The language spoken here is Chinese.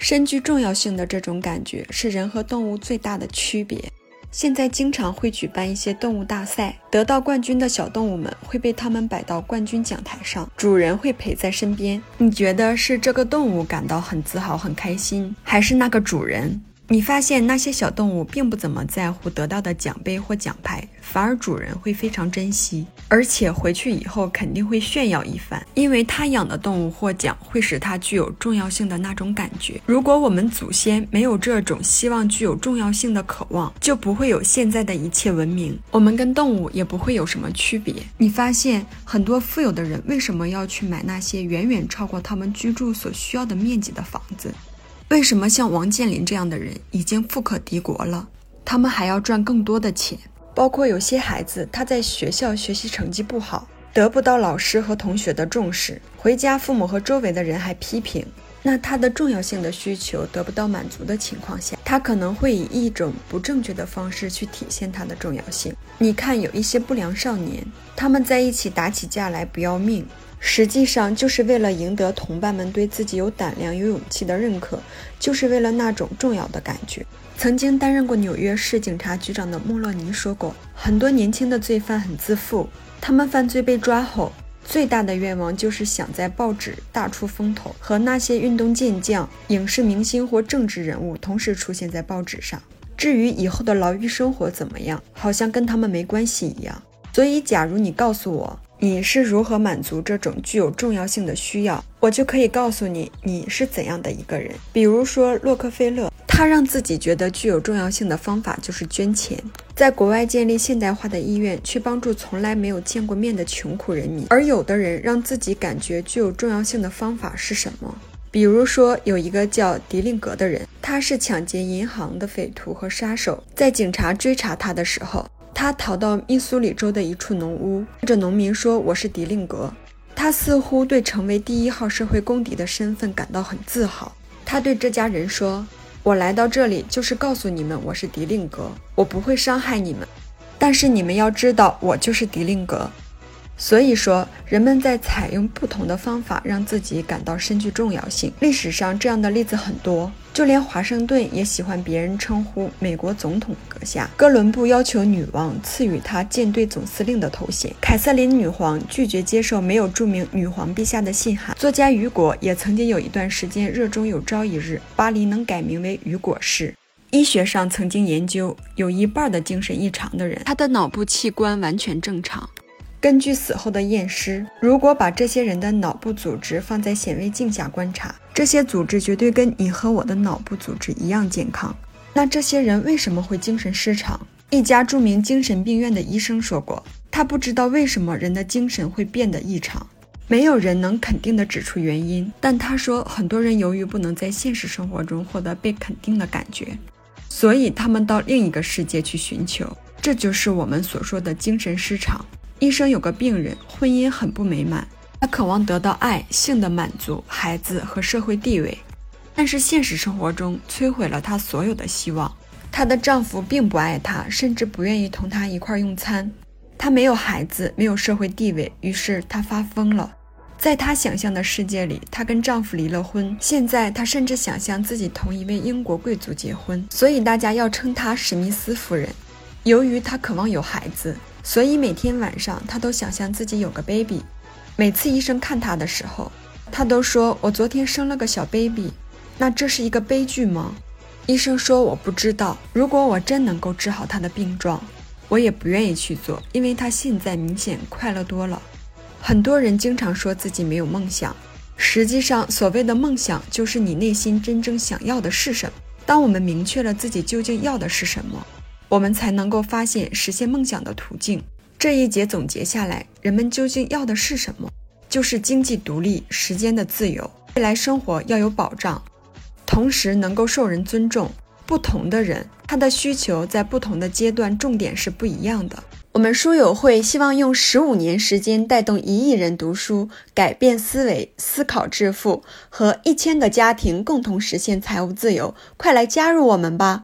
身居重要性的这种感觉是人和动物最大的区别。现在经常会举办一些动物大赛，得到冠军的小动物们会被他们摆到冠军讲台上，主人会陪在身边。你觉得是这个动物感到很自豪很开心，还是那个主人？你发现那些小动物并不怎么在乎得到的奖杯或奖牌，反而主人会非常珍惜，而且回去以后肯定会炫耀一番，因为他养的动物获奖会使他具有重要性的那种感觉。如果我们祖先没有这种希望具有重要性的渴望，就不会有现在的一切文明，我们跟动物也不会有什么区别。你发现很多富有的人为什么要去买那些远远超过他们居住所需要的面积的房子？为什么像王健林这样的人已经富可敌国了，他们还要赚更多的钱？包括有些孩子他在学校学习成绩不好，得不到老师和同学的重视，回家父母和周围的人还批评，那他的重要性的需求得不到满足的情况下，他可能会以一种不正确的方式去体现他的重要性。你看有一些不良少年，他们在一起打起架来不要命，实际上就是为了赢得同伴们对自己有胆量有勇气的认可，就是为了那种重要的感觉。曾经担任过纽约市警察局长的莫洛尼说过，很多年轻的罪犯很自负，他们犯罪被抓后最大的愿望就是想在报纸大出风头，和那些运动健将、影视明星或政治人物同时出现在报纸上。至于以后的牢狱生活怎么样，好像跟他们没关系一样。所以假如你告诉我你是如何满足这种具有重要性的需要，我就可以告诉你你是怎样的一个人。比如说洛克菲勒，他让自己觉得具有重要性的方法就是捐钱，在国外建立现代化的医院，去帮助从来没有见过面的穷苦人民。而有的人让自己感觉具有重要性的方法是什么？比如说有一个叫迪令格的人，他是抢劫银行的匪徒和杀手，在警察追查他的时候，他逃到密苏里州的一处农屋，对着农民说我是迪令格。他似乎对成为第1号社会公敌的身份感到很自豪。他对这家人说，我来到这里就是告诉你们我是迪令格，我不会伤害你们，但是你们要知道我就是迪令格。所以说人们在采用不同的方法让自己感到身具重要性。历史上这样的例子很多，就连华盛顿也喜欢别人称呼美国总统阁下，哥伦布要求女王赐予他舰队总司令的头衔，凯瑟琳女皇拒绝接受没有注明女皇陛下的信函。作家雨果也曾经有一段时间热衷有朝一日巴黎能改名为雨果市。医学上曾经研究，有1半的精神异常的人，他的脑部器官完全正常。根据死后的验尸，如果把这些人的脑部组织放在显微镜下观察，这些组织绝对跟你和我的脑部组织一样健康。那这些人为什么会精神失常？一家著名精神病院的医生说过，他不知道为什么人的精神会变得异常，没有人能肯定地指出原因，但他说很多人由于不能在现实生活中获得被肯定的感觉，所以他们到另一个世界去寻求，这就是我们所说的精神失常。医生有个病人，婚姻很不美满，他渴望得到爱、性的满足、孩子和社会地位，但是现实生活中摧毁了她所有的希望。她的丈夫并不爱她，甚至不愿意同她一块用餐。她没有孩子，没有社会地位，于是她发疯了。在她想象的世界里，她跟丈夫离了婚，现在她甚至想象自己同一位英国贵族结婚，所以大家要称她史密斯夫人。由于她渴望有孩子，所以每天晚上她都想象自己有个 baby。 每次医生看她的时候，她都说我昨天生了个小 baby。 那这是一个悲剧吗？医生说我不知道，如果我真能够治好她的病状，我也不愿意去做，因为她现在明显快乐多了。很多人经常说自己没有梦想，实际上所谓的梦想就是你内心真正想要的是什么。当我们明确了自己究竟要的是什么，我们才能够发现实现梦想的途径。这一节总结下来，人们究竟要的是什么？就是经济独立、时间的自由，未来生活要有保障，同时能够受人尊重。不同的人，他的需求在不同的阶段重点是不一样的。我们书友会希望用15年时间带动1亿人读书，改变思维，思考致富，和1000个家庭共同实现财务自由。快来加入我们吧！